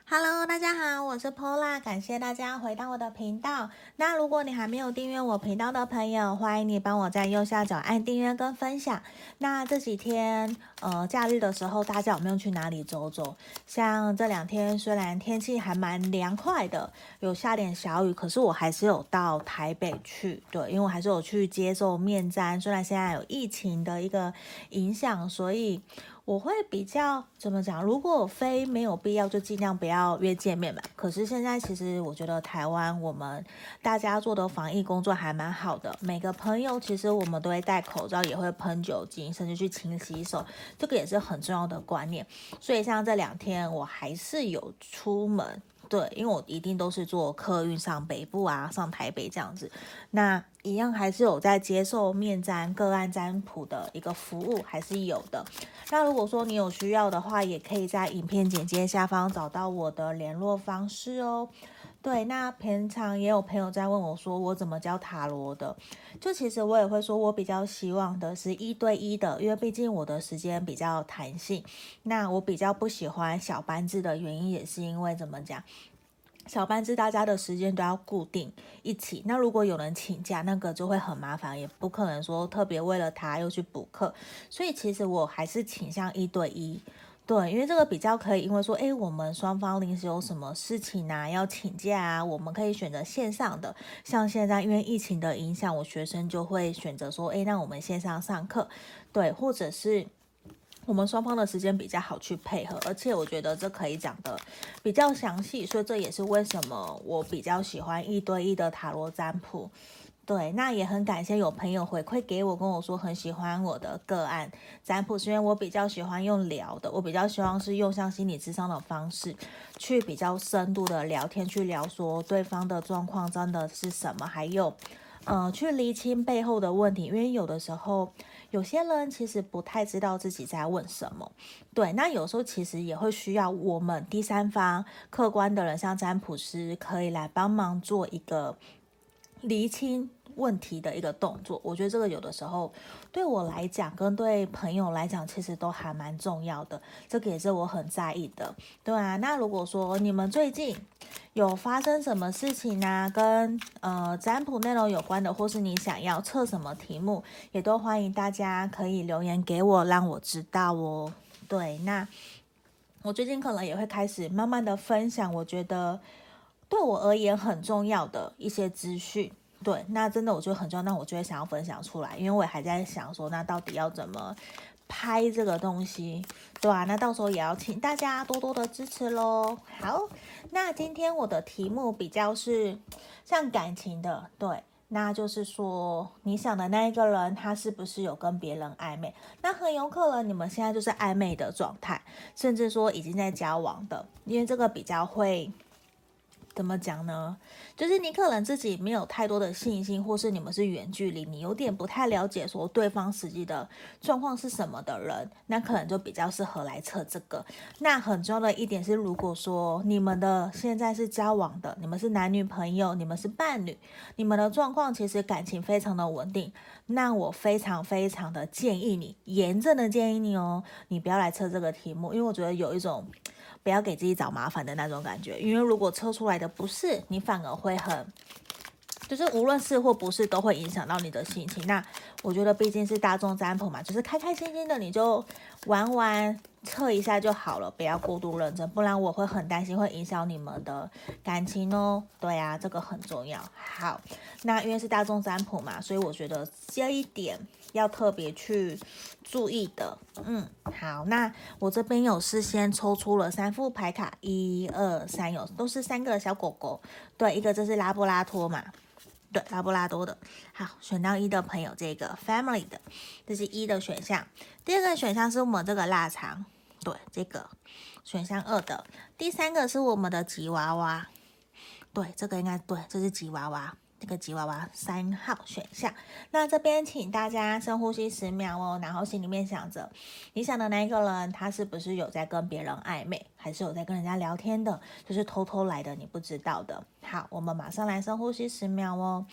Hello，大家好，我是 Pola，感谢大家回到我的频道。那如果你还没有订阅我频道的朋友，欢迎你帮我在右下角按订阅跟分享。那这几天假日的时候，大家有没有去哪里走走？像这2天虽然天气还蛮凉快的，有下点小雨，可是我还是有到台北去，对，因为我还是有去接受面瞻。虽然现在有疫情的一个影响，所以我会比较怎么讲？如果非没有必要，就尽量不要约见面嘛。可是现在其实我觉得台湾我们大家做的防疫工作还蛮好的，每个朋友其实我们都会戴口罩，也会喷酒精，甚至去勤洗手，这个也是很重要的观念。所以像这2天我还是有出门。对，因为我一定都是坐客运上北部啊，上台北这样子，那一样还是有在接受面占个案占卜的一个服务，还是有的。那如果说你有需要的话，也可以在影片简介下方找到我的联络方式哦。对，那平常也有朋友在问我说我怎么教塔罗的，就其实我也会说我比较希望的是1对1的，因为毕竟我的时间比较弹性。那我比较不喜欢小班制的原因也是因为怎么讲，小班制大家的时间都要固定一起，那如果有人请假，那个就会很麻烦，也不可能说特别为了他又去补课，所以其实我还是倾向1对1。对，因为这个比较可以，因为说，我们双方临时有什么事情啊，要请假啊，我们可以选择线上的。像现在因为疫情的影响，我学生就会选择说，让我们线上上课，对，或者是我们双方的时间比较好去配合，而且我觉得这可以讲的比较详细，所以这也是为什么我比较喜欢1对1的塔罗占卜。对，那也很感谢有朋友回馈给我，跟我说很喜欢我的个案占卜，是因为我比较喜欢用聊的，我比较希望是用像心理咨商的方式，去比较深度的聊天，去聊说对方的状况真的是什么，还有去厘清背后的问题，因为有的时候有些人其实不太知道自己在问什么，对，那有时候其实也会需要我们第三方客观的人，像占卜师，可以来帮忙做一个厘清问题的一个动作。我觉得这个有的时候对我来讲，跟对朋友来讲，其实都还蛮重要的。这个也是我很在意的。对啊，那如果说你们最近有发生什么事情啊，跟占卜内容有关的，或是你想要测什么题目，也都欢迎大家可以留言给我，让我知道哦。对，那我最近可能也会开始慢慢的分享，我觉得对我而言很重要的一些资讯。对，那真的我觉得很重要，那我就会想要分享出来，因为我也还在想说，那到底要怎么拍这个东西，对啊，那到时候也要请大家多多的支持咯。好，那今天我的题目比较是像感情的，对，那就是说你想的那一个人，他是不是有跟别人暧昧？那很有可能你们现在就是暧昧的状态，甚至说已经在交往的，因为这个比较会怎么讲呢？就是你可能自己没有太多的信心，或是你们是远距离，你有点不太了解说对方实际的状况是什么的人，那可能就比较适合来测这个。那很重要的一点是，如果说你们的现在是交往的，你们是男女朋友，你们是伴侣，你们的状况其实感情非常的稳定，那我非常非常的建议你，严正的建议你哦，你不要来测这个题目，因为我觉得有一种不要给自己找麻烦的那种感觉，因为如果测出来的不是，你反而会很，就是无论是或不是都会影响到你的心情。那我觉得毕竟是大众占卜嘛，就是开开心心的你就玩玩测一下就好了，不要过度认真，不然我会很担心会影响你们的感情哦。对啊，这个很重要。好，那因为是大众占卜嘛，所以我觉得这一点要特别去注意的。好，那我这边有事先抽出了3副牌卡，1、2、3，有都是3个小狗狗。对，一个这是拉布拉多嘛，对，拉布拉多的。好，选到1的朋友，这个 family 的，这是1的选项。第2个选项是我们这个腊肠，对，这个选项2的。第3个是我们的吉娃娃，对，这个应该对，这是吉娃娃。这个吉娃娃3号选项，那这边请大家深呼吸10秒哦，然后心里面想着，你想的那一个人，他是不是有在跟别人暧昧，还是有在跟人家聊天的，就是偷偷来的，你不知道的。好，我们马上来深呼吸10秒哦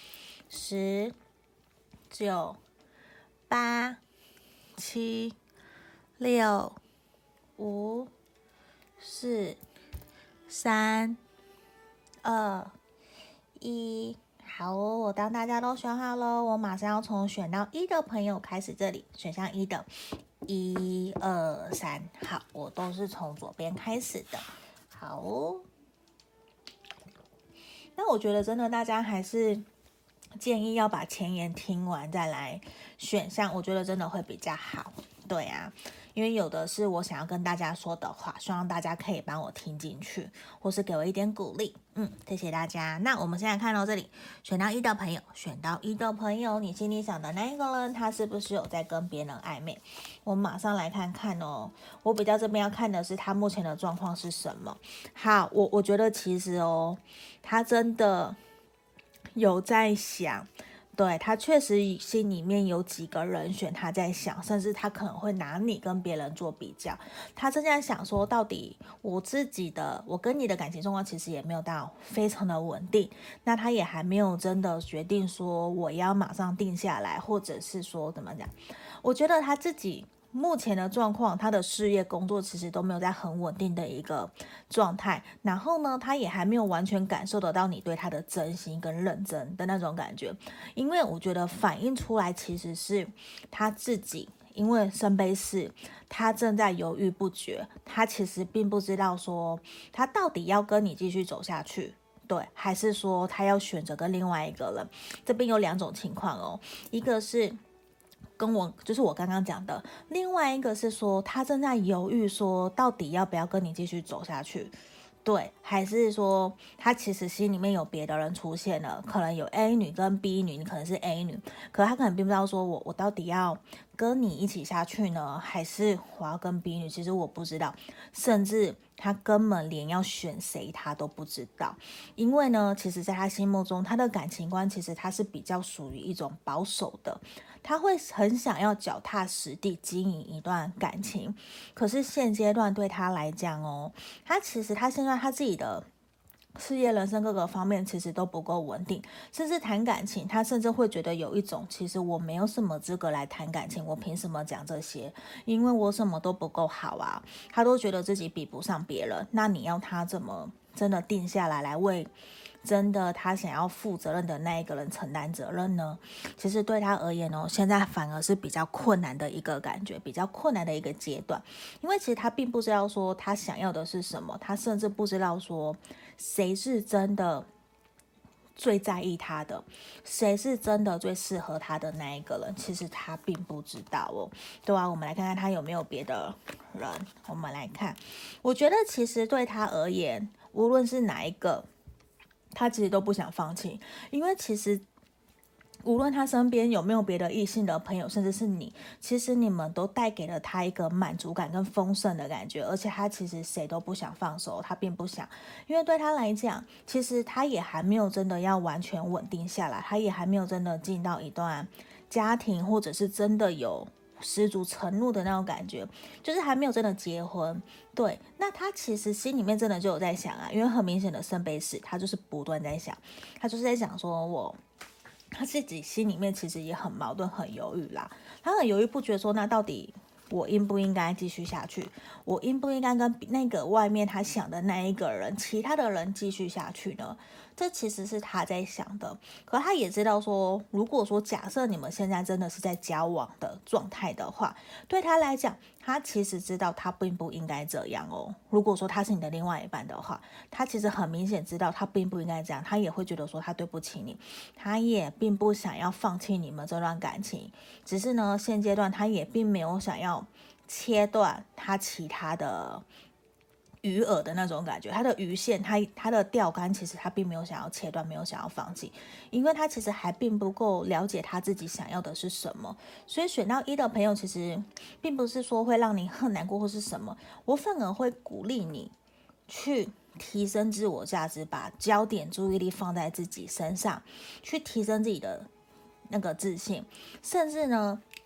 ，10、9、8、7、6、5、4、 3、2、1。好哦，我当大家都选好了，我马上要从选到1的朋友开始，这里选项1的，1、2、3。好，我都是从左边开始的。好哦，那我觉得真的大家还是建议要把前言听完再来选项，我觉得真的会比较好。对啊，因为有的是我想要跟大家说的话，希望大家可以帮我听进去，或是给我一点鼓励。谢谢大家。那我们现在看到这里，选到1的朋友，选到1的朋友，你心里想的那一个人，他是不是有在跟别人暧昧？我们马上来看看哦。我比较这边要看的是他目前的状况是什么。好，我觉得其实哦，他真的有在想。对，他确实心里面有几个人选，他在想，甚至他可能会拿你跟别人做比较。他正在想说，到底我跟你的感情状况其实也没有到非常的稳定，那他也还没有真的决定说我要马上定下来，或者是说怎么讲？我觉得他自己目前的状况，他的事业工作其实都没有在很稳定的一个状态，然后呢，他也还没有完全感受得到你对他的真心跟认真的那种感觉，因为我觉得反映出来其实是他自己。因为圣杯4，他正在犹豫不决，他其实并不知道说他到底要跟你继续走下去，对，还是说他要选择跟另外一个人。这边有2种情况哦，一个是就是我刚刚讲的，另外一个是说他正在犹豫说到底要不要跟你继续走下去，对，还是说他其实心里面有别的人出现了，可能有 A 女跟 B 女，你可能是 A 女，可他可能并不知道说我到底要跟你一起下去呢，还是我要跟 B 女，其实我不知道，甚至他根本连要选谁他都不知道，因为呢，其实在他心目中，他的感情观其实他是比较属于一种保守的，他会很想要脚踏实地经营一段感情，可是现阶段对他来讲哦，他现在他自己的事业、人生各个方面其实都不够稳定，甚至谈感情，他甚至会觉得有一种，其实我没有什么资格来谈感情，我凭什么讲这些？因为我什么都不够好啊，他都觉得自己比不上别人，那你要他怎么真的定下来为真的他想要负责任的那一个人承担责任呢？其实对他而言哦，现在反而是比较困难的一个感觉，比较困难的一个阶段，因为其实他并不知道说他想要的是什么，他甚至不知道说谁是真的最在意他的，谁是真的最适合他的那一个人，其实他并不知道哦。对啊，我们来看看他有没有别的人。我们来看，我觉得其实对他而言，无论是哪一个，他其实都不想放弃，因为其实无论他身边有没有别的异性的朋友，甚至是你，其实你们都带给了他一个满足感跟丰盛的感觉，而且他其实谁都不想放手，他并不想，因为对他来讲，其实他也还没有真的要完全稳定下来，他也还没有真的进到一段家庭，或者是真的有十足承诺的那种感觉，就是还没有真的结婚。对，那他其实心里面真的就有在想啊，因为很明显的圣杯4，他就是不断在想，他就是在想说他自己心里面其实也很矛盾，很犹豫啦。他很犹豫不决说，那到底我应不应该继续下去？我应不应该跟那个外面他想的那一个人，其他的人继续下去呢？这其实是他在想的。可他也知道说，如果说假设你们现在真的是在交往的状态的话，对他来讲，他其实知道他并不应该这样哦。如果说他是你的另外一半的话，他其实很明显知道他并不应该这样，他也会觉得说他对不起你，他也并不想要放弃你们这段感情，只是呢，现阶段他也并没有想要切断他其他的鱼饵的那种感觉，他的鱼线，他的钓竿，其实他并没有想要切断，没有想要放弃，因为他其实还并不够了解他自己想要的是什么。所以选到1的朋友，其实并不是说会让你很难过或是什么，我反而会鼓励你去提升自我价值，把焦点注意力放在自己身上，去提升自己的那个自信，甚至呢，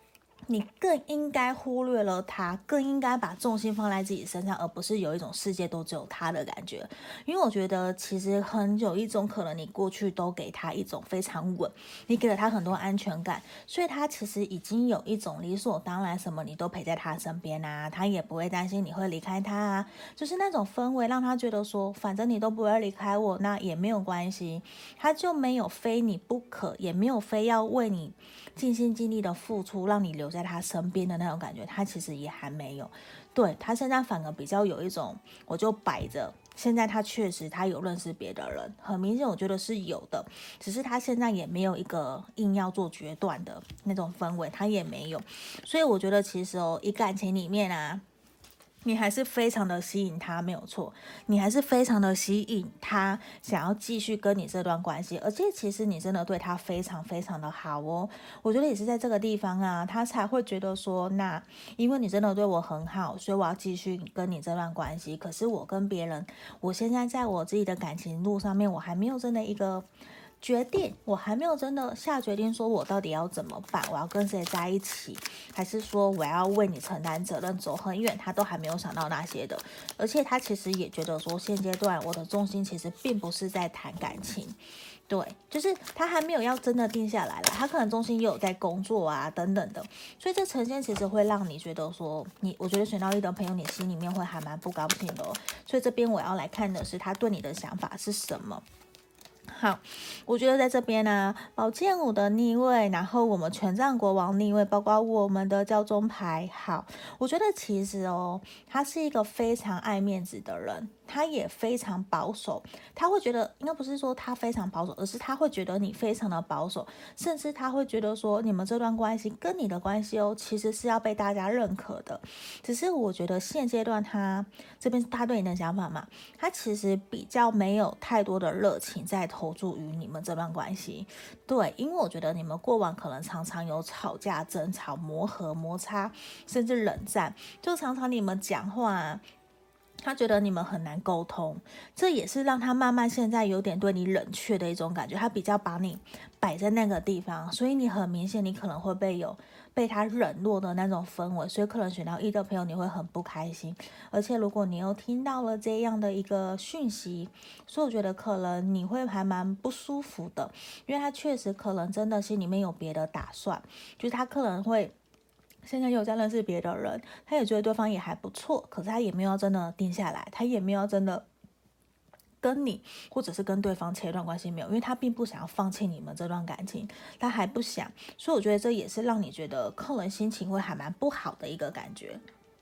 你更应该忽略了他，更应该把重心放在自己身上，而不是有一种世界都只有他的感觉。因为我觉得其实很有一种可能，你过去都给他一种非常稳，你给了他很多安全感，所以他其实已经有一种理所当然，什么你都陪在他身边啊，他也不会担心你会离开他啊，就是那种氛围让他觉得说，反正你都不会离开我，那也没有关系，他就没有非你不可，也没有非要为你尽心尽力的付出，让你留在他身边的那种感觉，他其实也还没有。对，他现在反而比较有一种，我就摆着。现在他确实他有认识别的人，很明显我觉得是有的，只是他现在也没有一个硬要做决断的那种氛围，他也没有。所以我觉得其实以感情里面啊，你还是非常的吸引他，没有错，你还是非常的吸引他，想要继续跟你这段关系，而且其实你真的对他非常非常的好哦。我觉得也是在这个地方啊，他才会觉得说，那因为你真的对我很好，所以我要继续跟你这段关系。可是我跟别人，我现在在我自己的感情路上面，我还没有真的一个决定，我还没有真的下决定，说我到底要怎么办，我要跟谁在一起，还是说我要为你承担责任，走很远，他都还没有想到那些的。而且他其实也觉得说，现阶段我的重心其实并不是在谈感情，对，就是他还没有要真的定下来了，他可能重心也有在工作啊等等的，所以这呈现其实会让你觉得说，我觉得选到一的朋友，你心里面会还蛮不高兴的哦。所以这边我要来看的是他对你的想法是什么。好，我觉得在这边呢，宝剑五的逆位，然后我们权杖国王逆位，包括我们的教宗牌。好，我觉得其实他是一个非常爱面子的人，他也非常保守，他会觉得，应该不是说他非常保守，而是他会觉得你非常的保守，甚至他会觉得说，你们这段关系跟你的关系其实是要被大家认可的。只是我觉得现阶段他这边是他对你的想法嘛，他其实比较没有太多的热情在投注于你们这段关系。对，因为我觉得你们过往可能常常有吵架、争吵、磨合、摩擦，甚至冷战，就常常你们讲话他觉得你们很难沟通，这也是让他慢慢现在有点对你冷却的一种感觉。他比较把你摆在那个地方，所以你很明显你可能会被他冷落的那种氛围，所以可能选到一的朋友你会很不开心。而且如果你又听到了这样的一个讯息，所以我觉得可能你会还蛮不舒服的，因为他确实可能真的心里面有别的打算，就是他可能会。现在有在认识别的人，他也觉得对方也还不错，可是他也没有真的定下来，他也没有真的跟你或者是跟对方切断关系，没有，因为他并不想要放弃你们这段感情，他还不想，所以我觉得这也是让你觉得客人心情会还蛮不好的一个感觉。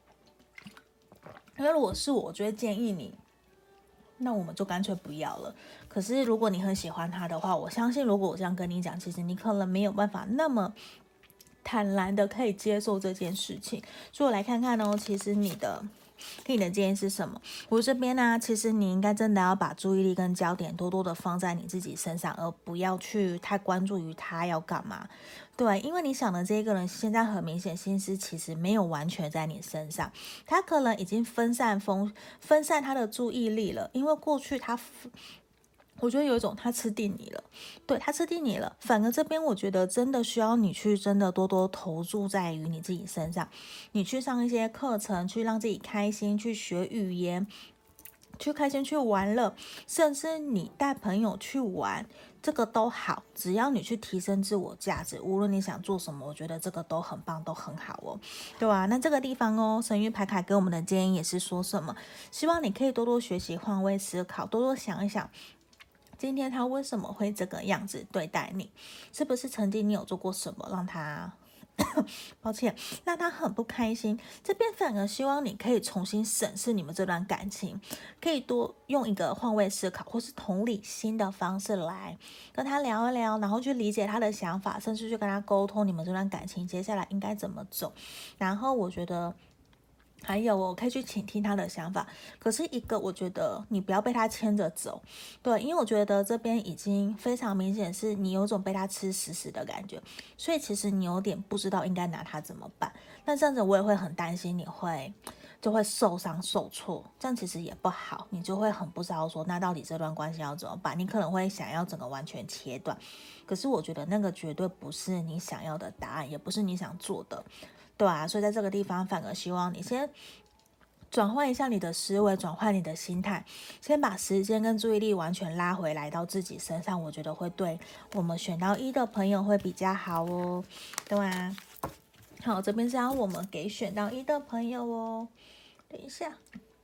因为如果是我就会建议你，那我们就干脆不要了。可是如果你很喜欢他的话，我相信如果我这样跟你讲，其实你可能没有办法那么坦然的可以接受这件事情。所以我来看看哦，其实给你的建议是什么？我这边呢，其实你应该真的要把注意力跟焦点多多的放在你自己身上，而不要去太关注于他要干嘛。对，因为你想的这个人现在很明显心思其实没有完全在你身上，他可能已经分散他的注意力了，因为过去我觉得有一种他吃定你了，对，他吃定你了。反而这边我觉得真的需要你去真的多多投注在于你自己身上，你去上一些课程，去让自己开心，去学语言，去开心去玩乐，甚至你带朋友去玩，这个都好，只要你去提升自我价值，无论你想做什么，我觉得这个都很棒，都很好哦，对吧？那这个地方神谕牌卡给我们的建议也是说什么？希望你可以多多学习，换位思考，多多想一想。今天他为什么会这个样子对待你？是不是曾经你有做过什么让他抱歉，让他很不开心？这边反而希望你可以重新审视你们这段感情，可以多用一个换位思考或是同理心的方式来跟他聊一聊，然后去理解他的想法，甚至去跟他沟通你们这段感情接下来应该怎么走。然后我觉得还有我可以去倾听他的想法，可是一个我觉得你不要被他牵着走，对，因为我觉得这边已经非常明显是你有种被他吃死死的感觉，所以其实你有点不知道应该拿他怎么办。那这样子我也会很担心你会就会受伤受挫，这样其实也不好，你就会很不知道说那到底这段关系要怎么办，你可能会想要整个完全切断，可是我觉得那个绝对不是你想要的答案，也不是你想做的，对啊，所以在这个地方反而希望你先转换一下你的思维，转换你的心态，先把时间跟注意力完全拉回来到自己身上，我觉得会对我们选到1的朋友会比较好哦，对啊。好，这边是要我们给选到1的朋友哦。等一下，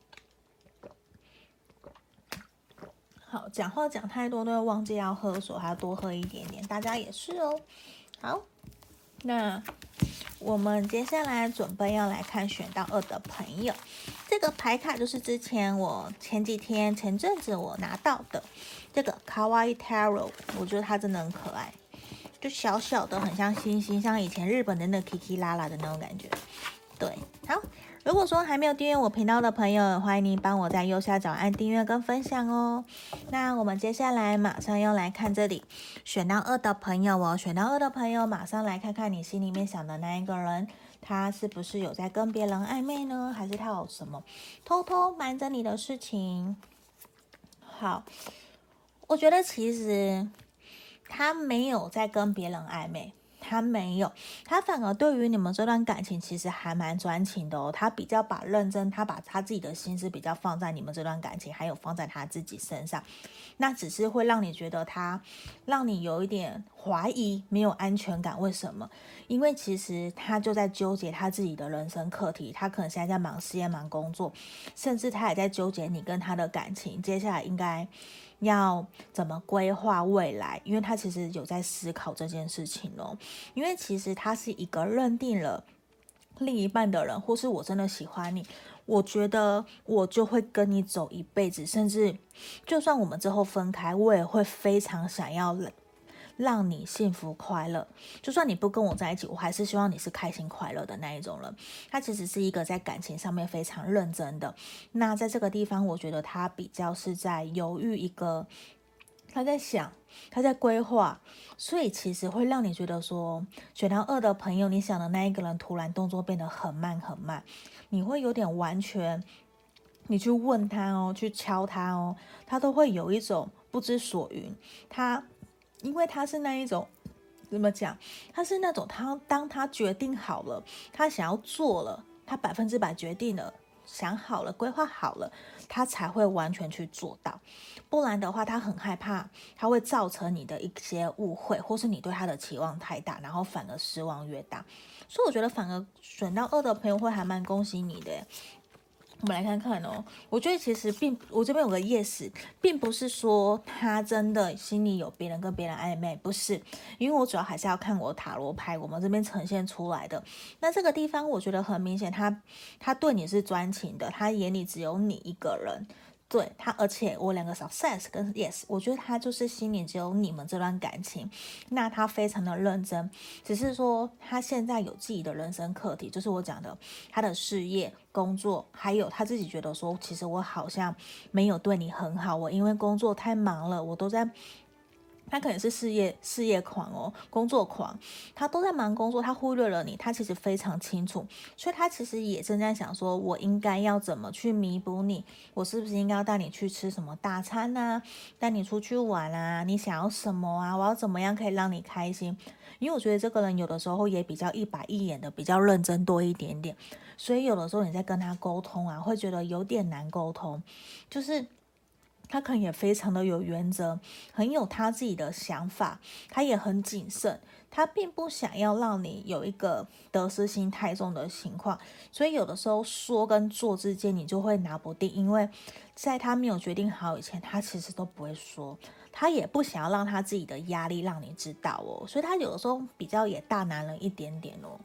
好，讲话讲太多都会忘记要喝水，还要多喝一点点，大家也是哦。好，那我们接下来准备要来看选到2的朋友，这个牌卡就是之前我前阵子我拿到的这个 Kawaii Tarot， 我觉得它真的很可爱，就小小的很像星星，像以前日本的那个 Kiki 拉拉的那种感觉。对，好，如果说还没有订阅我频道的朋友，欢迎您帮我在右下角按订阅跟分享哦。那我们接下来马上要来看这里选到2的朋友哦，选到2的朋友，马上来看看你心里面想的那一个人，他是不是有在跟别人暧昧呢？还是他有什么偷偷瞒着你的事情？好，我觉得其实他没有在跟别人暧昧，他没有，他反而对于你们这段感情其实还蛮专情的哦。他比较把认真，他把他自己的心思比较放在你们这段感情，还有放在他自己身上。那只是会让你觉得他，让你有一点怀疑，没有安全感。为什么？因为其实他就在纠结他自己的人生课题，他可能现在在忙事业、忙工作，甚至他也在纠结你跟他的感情，接下来应该要怎么规划未来，因为他其实有在思考这件事情哦。因为其实他是一个认定了另一半的人，或是我真的喜欢你，我觉得我就会跟你走一辈子，甚至就算我们之后分开，我也会非常想要让你幸福快乐，就算你不跟我在一起，我还是希望你是开心快乐的那一种人。他其实是一个在感情上面非常认真的。那在这个地方，我觉得他比较是在犹豫一个，他在想，他在规划，所以其实会让你觉得说，选到2的朋友，你想的那一个人突然动作变得很慢很慢，你会有点完全，你去问他哦，去敲他哦，他都会有一种不知所云。因为他是那一种，怎么讲？他是那种当他决定好了，他想要做了，他100%决定了，想好了，规划好了，他才会完全去做到。不然的话，他很害怕，他会造成你的一些误会，或是你对他的期望太大，然后反而失望越大。所以我觉得反而选到2的朋友会还蛮恭喜你的。我们来看看哦，我觉得其实我这边有个 yes， 并不是说他真的心里有别人跟别人暧昧，不是，因为我主要还是要看我塔罗牌，我们这边呈现出来的。那这个地方我觉得很明显，他对你是专情的，他眼里只有你一个人。对他，而且我2个success 跟 yes， 我觉得他就是心里只有你们这段感情，那他非常的认真，只是说他现在有自己的人生课题，就是我讲的他的事业、工作，还有他自己觉得说，其实我好像没有对你很好，我因为工作太忙了，我都在。他可能是事业狂哦，工作狂，他都在忙工作，他忽略了你，他其实非常清楚，所以他其实也正在想说，我应该要怎么去弥补你，我是不是应该要带你去吃什么大餐啊，带你出去玩啊，你想要什么啊，我要怎么样可以让你开心？因为我觉得这个人有的时候也比较一板一眼的，比较认真多一点点，所以有的时候你在跟他沟通啊，会觉得有点难沟通，就是。他可能也非常的有原则，很有他自己的想法，他也很谨慎，他并不想要让你有一个得失心太重的情况，所以有的时候说跟做之间你就会拿不定，因为在他没有决定好以前，他其实都不会说，他也不想要让他自己的压力让你知道哦，所以他有的时候比较也大男人一点点哦。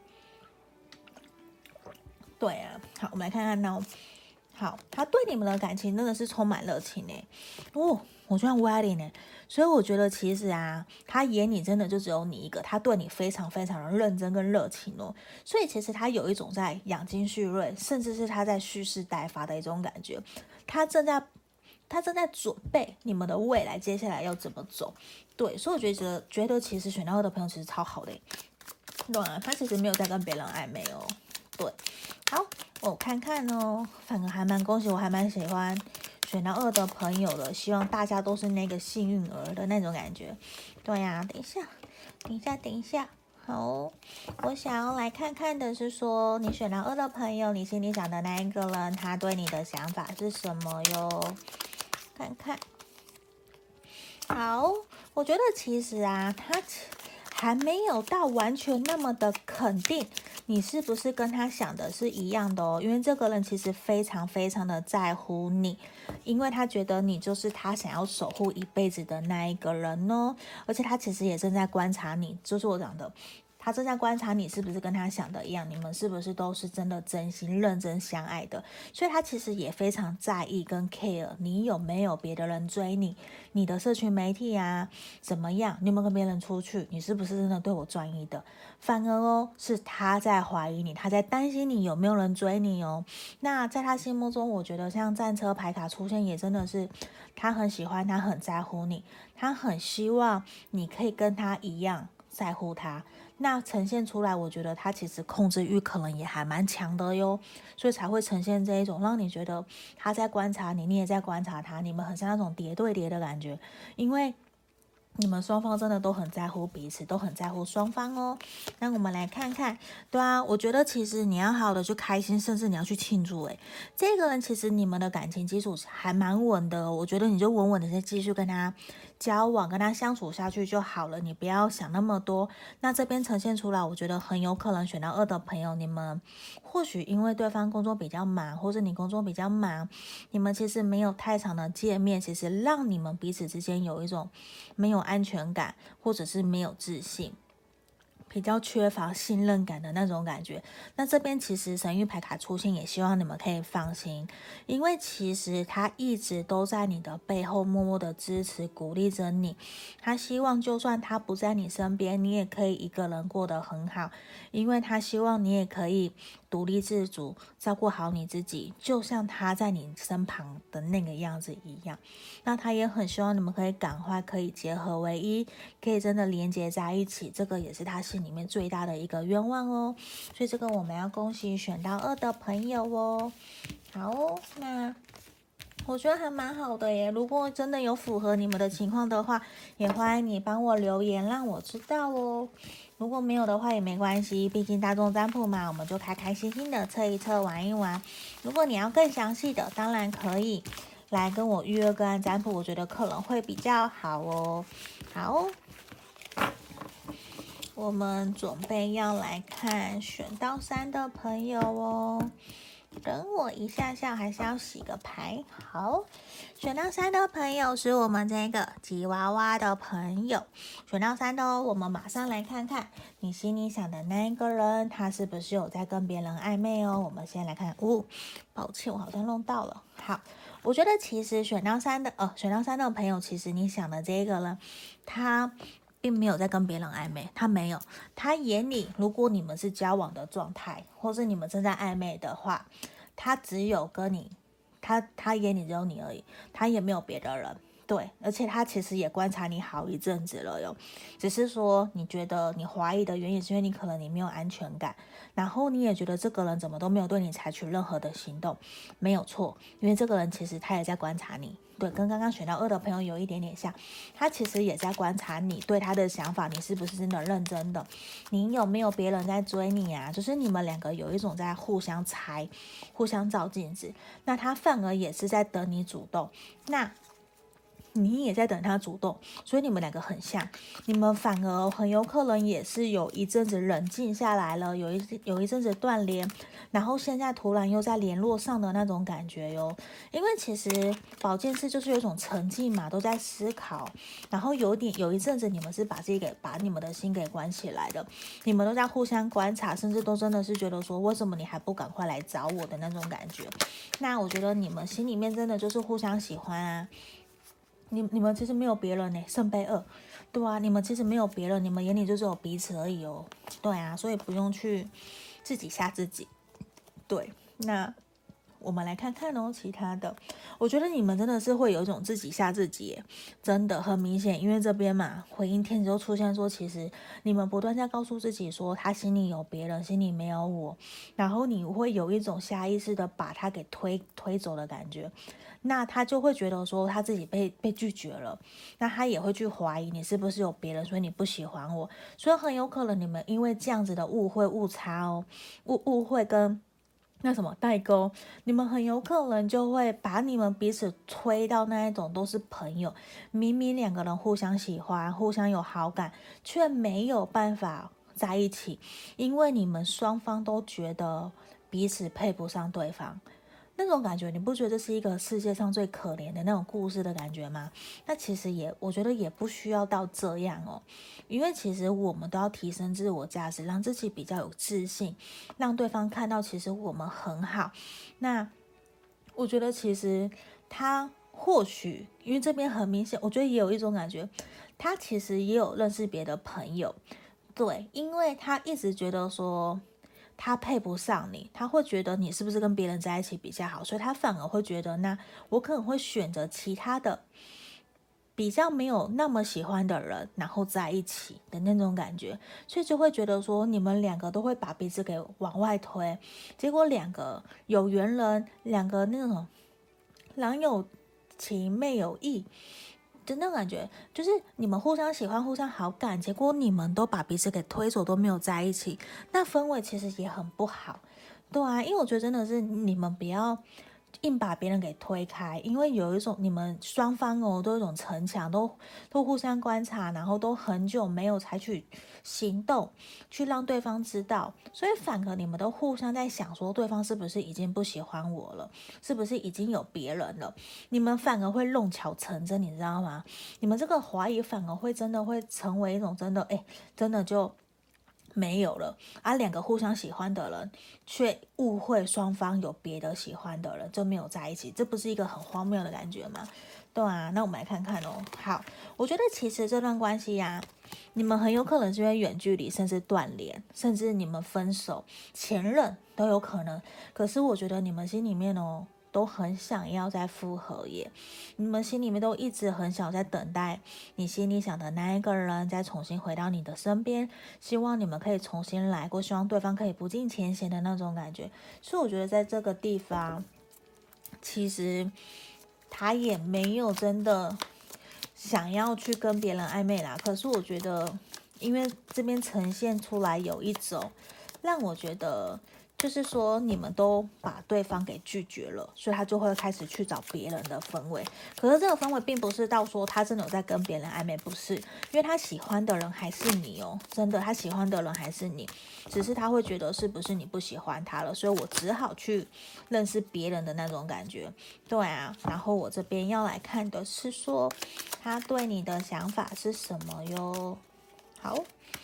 对啊，好，我们来看看哦。好，他对你们的感情真的是充满热情诶，哦，我居然歪脸呢，所以我觉得其实啊，他眼里真的就只有你一个，他对你非常非常的认真跟热情哦，所以其实他有一种在养精蓄锐，甚至是他在蓄势待发的一种感觉，他正在准备你们的未来，接下来要怎么走，对，所以我觉得其实选到2的朋友其实超好的，对啊，他其实没有在跟别人暧昧哦，对，好。 我看看哦，反而还蛮恭喜，我还蛮喜欢选到2的朋友的，希望大家都是那个幸运儿的那种感觉。对呀，等一下，好，我想要来看看的是说，你选到2的朋友，你心里想的那一个人，他对你的想法是什么哟？看看，好，我觉得其实啊，他还没有到完全那么的肯定你是不是跟他想的是一样的哦，因为这个人其实非常非常的在乎你，因为他觉得你就是他想要守护一辈子的那一个人哦，而且他其实也正在观察你，就是我讲的。他正在观察你是不是跟他想的一样，你们是不是都是真的真心认真相爱的，所以他其实也非常在意跟 care 你有没有别的人追你，你的社群媒体啊怎么样，你有没有跟别人出去，你是不是真的对我专一的，反而哦是他在怀疑你，他在担心你有没有人追你哦。那在他心目中，我觉得像战车牌卡出现也真的是他很喜欢，他很在乎你，他很希望你可以跟他一样在乎他，那呈现出来，我觉得他其实控制欲可能也还蛮强的哟，所以才会呈现这一种让你觉得他在观察你，你也在观察他，你们很像那种叠对叠的感觉，因为你们双方真的都很在乎彼此，都很在乎双方哦。那我们来看看，对啊，我觉得其实你要好好的去开心，甚至你要去庆祝。诶，这个人其实你们的感情基础还蛮稳的，我觉得你就稳稳的再继续跟他交往，跟他相处下去就好了，你不要想那么多。那这边呈现出来，我觉得很有可能选到2的朋友，你们或许因为对方工作比较忙，或是你工作比较忙，你们其实没有太长的见面，其实让你们彼此之间有一种没有安全感，或者是没有自信，比较缺乏信任感的那种感觉。那这边其实神谕牌卡出现，也希望你们可以放心，因为其实他一直都在你的背后默默的支持鼓励着你，他希望就算他不在你身边，你也可以一个人过得很好，因为他希望你也可以独立自主，照顾好你自己，就像他在你身旁的那个样子一样。那他也很希望你们可以赶快可以结合为一，可以真的连接在一起，这个也是他心里面最大的一个愿望哦。所以这个我们要恭喜选到2的朋友哦。好哦，那我觉得还蛮好的耶。如果真的有符合你们的情况的话，也欢迎你帮我留言让我知道哦。如果没有的话也没关系，毕竟大众占卜嘛，我们就开开心心的测一测玩一玩。如果你要更详细的，当然可以来跟我预约个案占卜，我觉得可能会比较好哦。好，我们准备要来看选到3的朋友哦。等我一下下，还是要洗个牌。好，选到3的朋友是我们这个吉娃娃的朋友，选到3的哦。我们马上来看看你心里想的那一个人，他是不是有在跟别人暧昧哦？我们先来看，抱歉，我好像弄到了。好，我觉得其实选到3的朋友，其实你想的这个人，他并没有在跟别人暧昧，他没有，他眼里如果你们是交往的状态，或是你们正在暧昧的话，他只有跟你，他眼里只有你而已，他也没有别的人。对，而且他其实也观察你好一阵子了哟，只是说你觉得你怀疑的原因是因为你可能你没有安全感，然后你也觉得这个人怎么都没有对你采取任何的行动，没有错，因为这个人其实他也在观察你，对，跟刚刚选到2的朋友有一点点像，他其实也在观察你对他的想法，你是不是真的认真的，你有没有别人在追你啊？就是你们两个有一种在互相猜，互相照镜子，那他反而也是在等你主动，那你也在等他主动，所以你们两个很像，你们反而很有可能也是有一阵子冷静下来了，有一阵子断联，然后现在突然又在联络上的那种感觉哟。因为其实宝剑四就是有一种沉浸嘛，都在思考，然后有一阵子你们是把你们的心给关起来的，你们都在互相观察，甚至都真的是觉得说为什么你还不赶快来找我的那种感觉。那我觉得你们心里面真的就是互相喜欢啊。你们其实没有别人呢，圣杯2，对啊，你们其实没有别人，你们眼里就只有彼此而已哦，对啊，所以不用去自己吓自己。对，那我们来看看哦，其他的，我觉得你们真的是会有一种自己吓自己耶，真的很明显，因为这边嘛，回应天使就出现说，其实你们不断在告诉自己说，他心里有别人，心里没有我，然后你会有一种下意识的把他给推走的感觉，那他就会觉得说他自己被拒绝了，那他也会去怀疑你是不是有别人，所以你不喜欢我，所以很有可能你们因为这样子的误差哦，误会跟那什么代沟，你们很有可能就会把你们彼此推到那一种都是朋友，明明两个人互相喜欢，互相有好感，却没有办法在一起，因为你们双方都觉得彼此配不上对方。那种感觉，你不觉得这是一个世界上最可怜的那种故事的感觉吗？那其实也，我觉得也不需要到这样哦，因为其实我们都要提升自我价值，让自己比较有自信，让对方看到其实我们很好。那我觉得其实他或许因为这边很明显，我觉得也有一种感觉，他其实也有认识别的朋友，对，因为他一直觉得说他配不上你，他会觉得你是不是跟别人在一起比较好，所以他反而会觉得，那我可能会选择其他的比较没有那么喜欢的人，然后在一起的那种感觉，所以就会觉得说你们两个都会把彼此给往外推，结果两个有缘人，两个那种郎有情妹有意。的那种感觉，就是你们互相喜欢、互相好感，结果你们都把彼此给推走，都没有在一起，那氛围其实也很不好，对啊，因为我觉得真的是你们不要硬把别人给推开，因为有一种你们双方哦都有一种城墙，都互相观察，然后都很久没有采取行动去让对方知道，所以反而你们都互相在想说对方是不是已经不喜欢我了，是不是已经有别人了，你们反而会弄巧成真，你知道吗？你们这个怀疑反而会真的会成为一种真的，真的就没有了啊！两个互相喜欢的人，却误会双方有别的喜欢的人，就没有在一起，这不是一个很荒谬的感觉吗？对啊，那我们来看看哦。好，我觉得其实这段关系呀、你们很有可能是因为远距离，甚至断联，甚至你们分手、前任都有可能。可是我觉得你们心里面哦，都很想要再复合耶，你们心里面都一直很想在等待你心里想的那一个人再重新回到你的身边，希望你们可以重新来过，希望对方可以不计前嫌的那种感觉。所以我觉得在这个地方，其实他也没有真的想要去跟别人暧昧啦。可是我觉得，因为这边呈现出来有一种让我觉得，就是说你们都把对方给拒绝了，所以他就会开始去找别人的氛围。可是这个氛围并不是到说他真的有在跟别人暧昧，不是，因为他喜欢的人还是你哦，真的，他喜欢的人还是你，只是他会觉得是不是你不喜欢他了，所以我只好去认识别人的那种感觉。对啊，然后我这边要来看的是说他对你的想法是什么哟。好。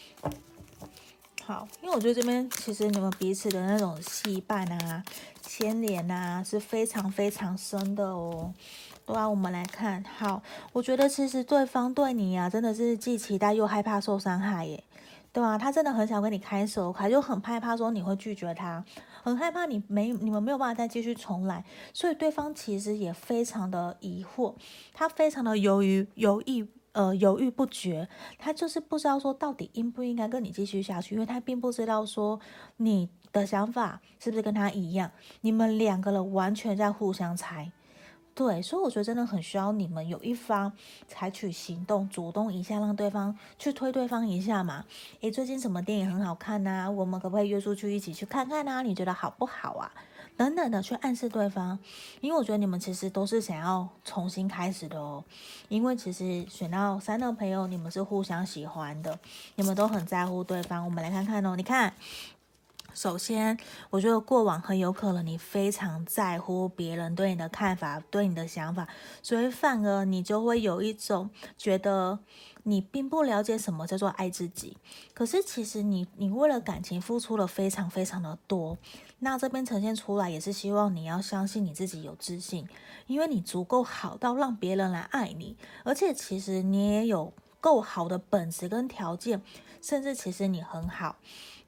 好，因为我觉得这边其实你们彼此的那种羁绊啊、牵连啊是非常非常深的哦。对啊，我们来看，好，我觉得其实对方对你啊真的是既期待又害怕受伤害耶。对啊，他真的很想跟你开手开，就很害怕说你会拒绝他，很害怕你们没有办法再继续重来，所以对方其实也非常的疑惑，他非常的犹豫不决，他就是不知道说到底应不应该跟你继续下去，因为他并不知道说你的想法是不是跟他一样，你们两个人完全在互相猜。对，所以我觉得真的很需要你们有一方采取行动，主动一下，让对方去推对方一下嘛。诶，最近什么电影很好看呐、我们可不可以约出去一起去看看啊？你觉得好不好啊？等等的去暗示对方，因为我觉得你们其实都是想要重新开始的哦。因为其实选到三的朋友，你们是互相喜欢的，你们都很在乎对方。我们来看看哦，你看。首先，我觉得过往很有可能你非常在乎别人对你的看法、对你的想法，所以反而你就会有一种觉得你并不了解什么叫做爱自己。可是其实你为了感情付出了非常非常的多，那这边呈现出来也是希望你要相信你自己有自信，因为你足够好到让别人来爱你，而且其实你也有够好的本质跟条件，甚至其实你很好。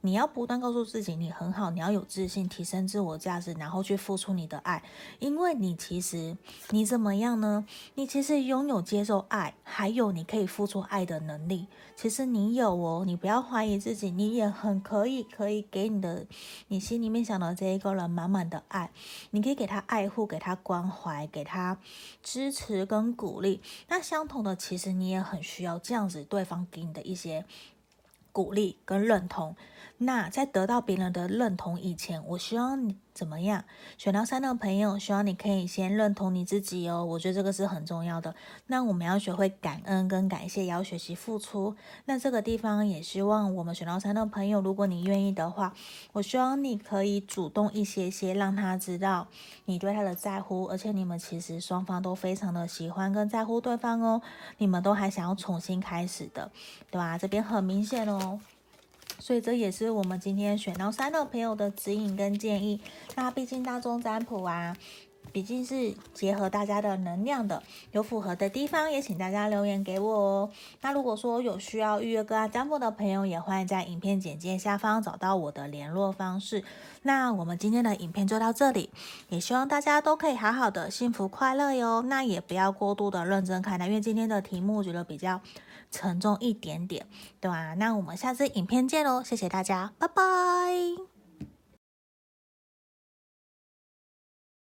你要不断告诉自己你很好，你要有自信，提升自我价值，然后去付出你的爱。因为你其实你怎么样呢？你其实拥有接受爱，还有你可以付出爱的能力。其实你有哦，你不要怀疑自己，你也很可以给你心里面想的这一个人满满的爱。你可以给他爱护，给他关怀，给他支持跟鼓励。那相同的，其实你也很需要这样子对方给你的一些鼓励跟认同。那在得到别人的认同以前，我希望你怎么样？选到3的朋友，希望你可以先认同你自己哦，我觉得这个是很重要的。那我们要学会感恩跟感谢，也要学习付出。那这个地方也希望我们选到3的朋友，如果你愿意的话，我希望你可以主动一些些，让他知道你对他的在乎，而且你们其实双方都非常的喜欢跟在乎对方哦，你们都还想要重新开始的，对吧？这边很明显哦。所以这也是我们今天选到3的朋友的指引跟建议。那毕竟大众占卜啊，毕竟是结合大家的能量的，有符合的地方也请大家留言给我哦。那如果说有需要预约个案占卜的朋友，也欢迎在影片简介下方找到我的联络方式。那我们今天的影片就到这里，也希望大家都可以好好的幸福快乐哟。那也不要过度的认真看待，因为今天的题目我觉得比较沉重一点点，对吧？那我们下次影片见喽，谢谢大家，拜拜。